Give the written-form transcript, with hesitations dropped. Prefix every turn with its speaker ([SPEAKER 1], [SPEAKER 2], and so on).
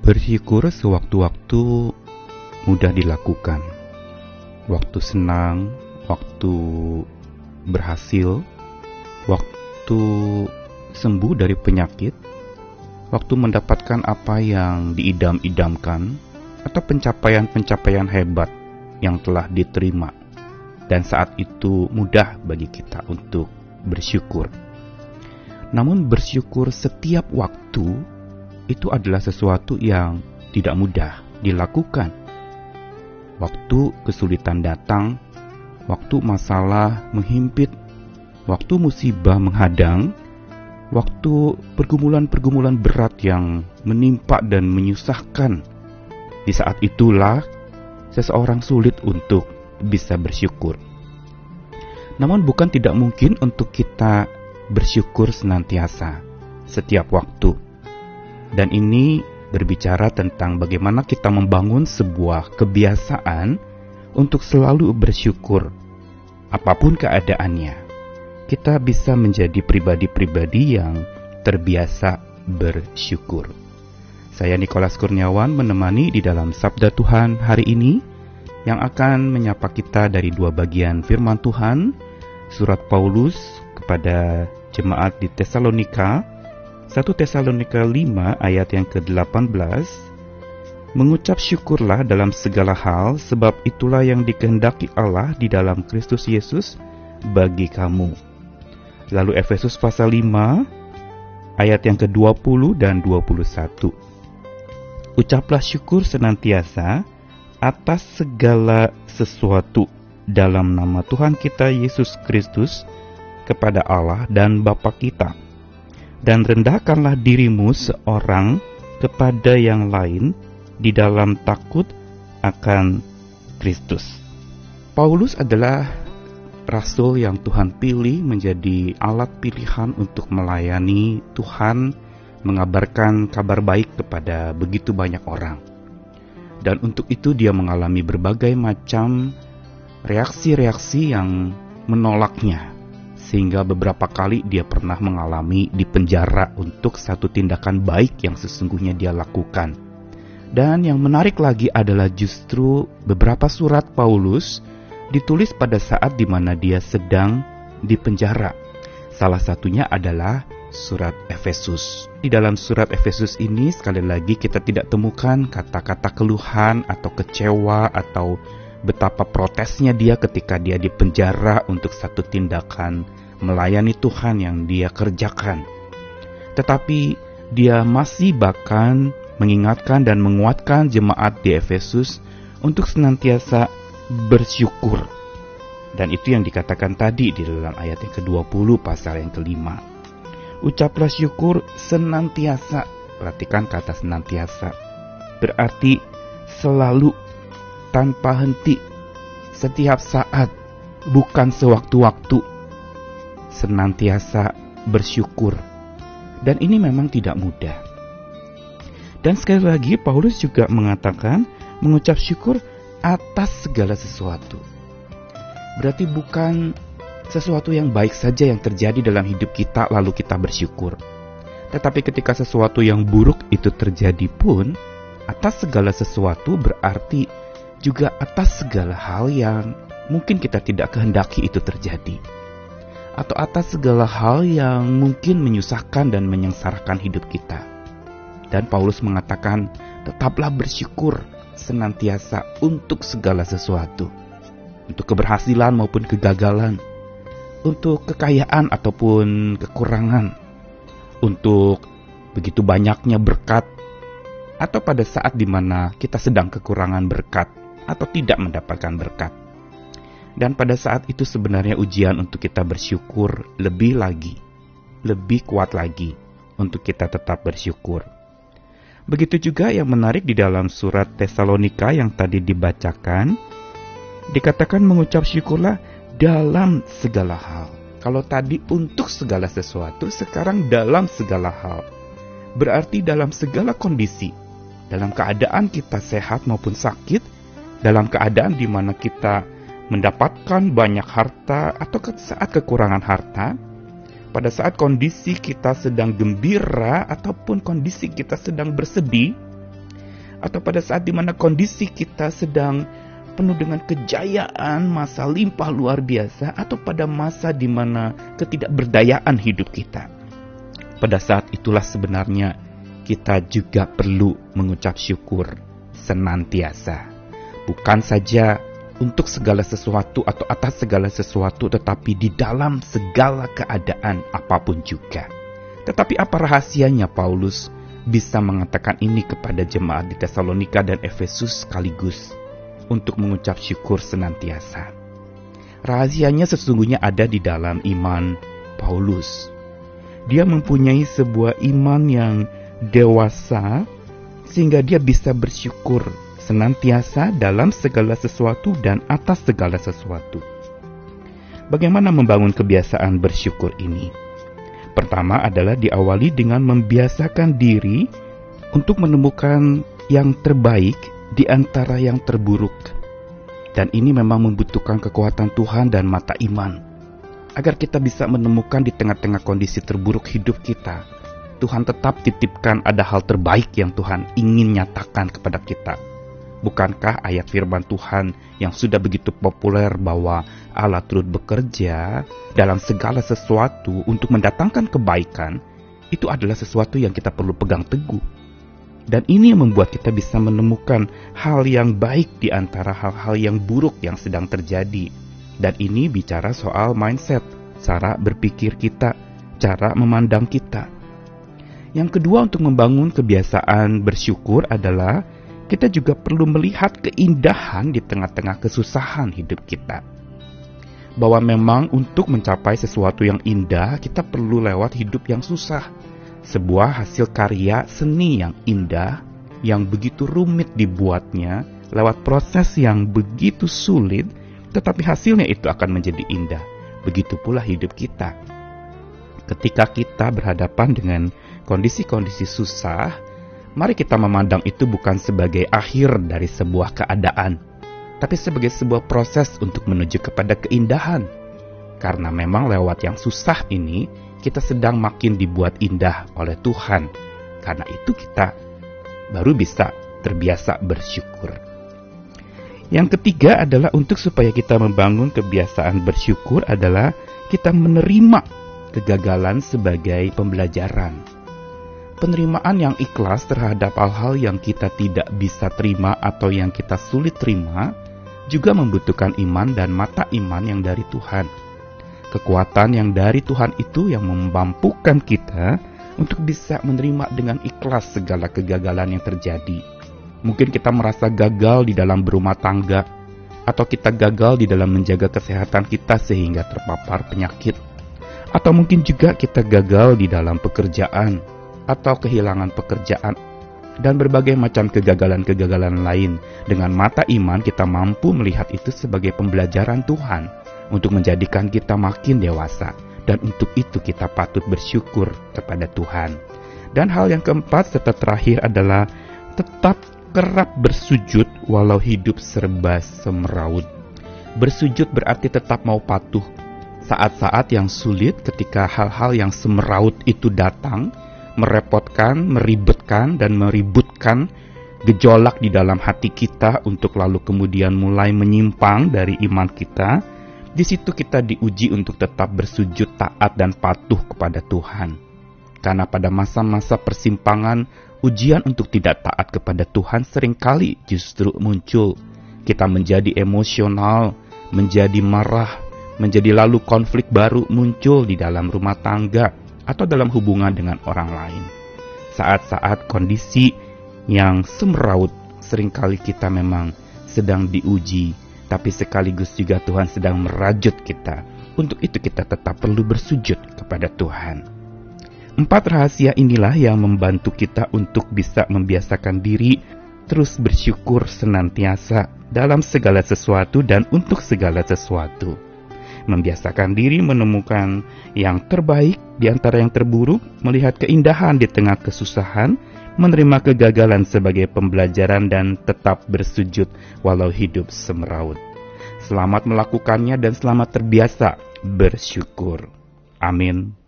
[SPEAKER 1] Bersyukur sewaktu-waktu mudah dilakukan. Waktu senang, waktu berhasil, waktu sembuh dari penyakit, waktu mendapatkan apa yang diidam-idamkan, atau pencapaian-pencapaian hebat yang telah diterima. Dan saat itu mudah bagi kita untuk bersyukur. Namun bersyukur setiap waktu itu adalah sesuatu yang tidak mudah dilakukan. Waktu kesulitan datang, waktu masalah menghimpit, waktu musibah menghadang, waktu pergumulan-pergumulan berat yang menimpa dan menyusahkan. Di saat itulah seseorang sulit untuk bisa bersyukur. Namun bukan tidak mungkin untuk kita bersyukur senantiasa, setiap waktu. Dan ini berbicara tentang bagaimana kita membangun sebuah kebiasaan untuk selalu bersyukur. Apapun keadaannya, kita bisa menjadi pribadi-pribadi yang terbiasa bersyukur. Saya Nikolas Kurniawan menemani di dalam Sabda Tuhan hari ini yang akan menyapa kita dari dua bagian firman Tuhan, surat Paulus kepada jemaat di Tesalonika, 1 Tesalonika 5 ayat yang ke-18, mengucap syukurlah dalam segala hal, sebab itulah yang dikehendaki Allah di dalam Kristus Yesus bagi kamu. Lalu Efesus pasal 5 ayat yang ke-20 dan 21. Ucaplah syukur senantiasa atas segala sesuatu dalam nama Tuhan kita Yesus Kristus kepada Allah dan Bapa kita. Dan rendahkanlah dirimu seorang kepada yang lain di dalam takut akan Kristus. Paulus adalah rasul yang Tuhan pilih menjadi alat pilihan untuk melayani Tuhan, mengabarkan kabar baik kepada begitu banyak orang. Dan untuk itu dia mengalami berbagai macam reaksi-reaksi yang menolaknya. Sehingga beberapa kali dia pernah mengalami di penjara untuk satu tindakan baik yang sesungguhnya dia lakukan. Dan yang menarik lagi adalah justru beberapa surat Paulus ditulis pada saat di mana dia sedang di penjara. Salah satunya adalah surat Efesus. Di dalam surat Efesus ini sekali lagi kita tidak temukan kata-kata keluhan atau kecewa atau betapa protesnya dia ketika dia di penjara untuk satu tindakan melayani Tuhan yang dia kerjakan. Tetapi dia masih bahkan mengingatkan dan menguatkan jemaat di Efesus untuk senantiasa bersyukur. Dan itu yang dikatakan tadi di dalam ayat yang ke-20 pasal yang ke-5. Ucaplah syukur senantiasa. Perhatikan kata senantiasa. Berarti selalu, tanpa henti, setiap saat, bukan sewaktu-waktu, senantiasa bersyukur. Dan ini memang tidak mudah. Dan sekali lagi Paulus juga mengatakan mengucap syukur atas segala sesuatu. Berarti bukan sesuatu yang baik saja yang terjadi dalam hidup kita lalu kita bersyukur. Tetapi ketika sesuatu yang buruk itu terjadi pun, atas segala sesuatu berarti juga atas segala hal yang mungkin kita tidak kehendaki itu terjadi. Atau atas segala hal yang mungkin menyusahkan dan menyengsarakan hidup kita. Dan Paulus mengatakan, tetaplah bersyukur senantiasa untuk segala sesuatu. Untuk keberhasilan maupun kegagalan. Untuk kekayaan ataupun kekurangan. Untuk begitu banyaknya berkat. Atau pada saat di mana kita sedang kekurangan berkat atau tidak mendapatkan berkat. Dan pada saat itu sebenarnya ujian untuk kita bersyukur lebih lagi, lebih kuat lagi untuk kita tetap bersyukur. Begitu juga yang menarik di dalam surat Tesalonika yang tadi dibacakan, dikatakan mengucap syukurlah dalam segala hal. Kalau tadi untuk segala sesuatu, sekarang dalam segala hal. Berarti dalam segala kondisi, dalam keadaan kita sehat maupun sakit, dalam keadaan di mana kita mendapatkan banyak harta atau saat kekurangan harta, pada saat kondisi kita sedang gembira ataupun kondisi kita sedang bersedih, atau pada saat di mana kondisi kita sedang penuh dengan kejayaan, masa limpah luar biasa, atau pada masa di mana ketidakberdayaan hidup kita. Pada saat itulah sebenarnya kita juga perlu mengucap syukur senantiasa. Bukan saja untuk segala sesuatu atau atas segala sesuatu, tetapi di dalam segala keadaan apapun juga. Tetapi apa rahasianya Paulus bisa mengatakan ini kepada jemaat di Tesalonika dan Efesus sekaligus untuk mengucap syukur senantiasa? Rahasianya sesungguhnya ada di dalam iman Paulus. Dia mempunyai sebuah iman yang dewasa sehingga dia bisa bersyukur senantiasa dalam segala sesuatu dan atas segala sesuatu. Bagaimana membangun kebiasaan bersyukur ini? Pertama adalah diawali dengan membiasakan diri untuk menemukan yang terbaik di antara yang terburuk. Dan ini memang membutuhkan kekuatan Tuhan dan mata iman, agar kita bisa menemukan di tengah-tengah kondisi terburuk hidup kita, Tuhan tetap titipkan ada hal terbaik yang Tuhan ingin nyatakan kepada kita. Bukankah ayat firman Tuhan yang sudah begitu populer bahwa Allah turut bekerja dalam segala sesuatu untuk mendatangkan kebaikan, itu adalah sesuatu yang kita perlu pegang teguh. Dan ini yang membuat kita bisa menemukan hal yang baik di antara hal-hal yang buruk yang sedang terjadi. Dan ini bicara soal mindset, cara berpikir kita, cara memandang kita. Yang kedua, untuk membangun kebiasaan bersyukur adalah kita juga perlu melihat keindahan di tengah-tengah kesusahan hidup kita. Bahwa memang untuk mencapai sesuatu yang indah, kita perlu lewat hidup yang susah. Sebuah hasil karya seni yang indah, yang begitu rumit dibuatnya, lewat proses yang begitu sulit, tetapi hasilnya itu akan menjadi indah. Begitu pula hidup kita. Ketika kita berhadapan dengan kondisi-kondisi susah, mari kita memandang itu bukan sebagai akhir dari sebuah keadaan, tapi sebagai sebuah proses untuk menuju kepada keindahan. Karena memang lewat yang susah ini, kita sedang makin dibuat indah oleh Tuhan. Karena itu kita baru bisa terbiasa bersyukur. Yang ketiga adalah untuk supaya kita membangun kebiasaan bersyukur adalah kita menerima kegagalan sebagai pembelajaran. Penerimaan yang ikhlas terhadap hal-hal yang kita tidak bisa terima atau yang kita sulit terima juga membutuhkan iman dan mata iman yang dari Tuhan. Kekuatan yang dari Tuhan itu yang memampukan kita untuk bisa menerima dengan ikhlas segala kegagalan yang terjadi. Mungkin kita merasa gagal di dalam berumah tangga, atau kita gagal di dalam menjaga kesehatan kita sehingga terpapar penyakit, atau mungkin juga kita gagal di dalam pekerjaan, atau kehilangan pekerjaan, dan berbagai macam kegagalan-kegagalan lain. Dengan mata iman kita mampu melihat itu sebagai pembelajaran Tuhan untuk menjadikan kita makin dewasa, dan untuk itu kita patut bersyukur kepada Tuhan. Dan hal yang keempat serta terakhir adalah tetap kerap bersujud walau hidup serba semeraut. Bersujud berarti tetap mau patuh. Saat-saat yang sulit, ketika hal-hal yang semeraut itu datang, merepotkan, meribetkan, dan meributkan gejolak di dalam hati kita untuk lalu kemudian mulai menyimpang dari iman kita, di situ kita diuji untuk tetap bersujud taat dan patuh kepada Tuhan. Karena pada masa-masa persimpangan, ujian untuk tidak taat kepada Tuhan seringkali justru muncul. Kita menjadi emosional, menjadi marah, menjadi lalu konflik baru muncul di dalam rumah tangga atau dalam hubungan dengan orang lain. Saat-saat kondisi yang semeraut, seringkali kita memang sedang diuji, tapi sekaligus juga Tuhan sedang merajut kita. Untuk itu kita tetap perlu bersujud kepada Tuhan. 4 rahasia inilah yang membantu kita untuk bisa membiasakan diri terus bersyukur senantiasa dalam segala sesuatu dan untuk segala sesuatu. Membiasakan diri menemukan yang terbaik di antara yang terburuk, melihat keindahan di tengah kesusahan, menerima kegagalan sebagai pembelajaran, dan tetap bersujud walau hidup semeraut. Selamat melakukannya dan selamat terbiasa bersyukur. Amin.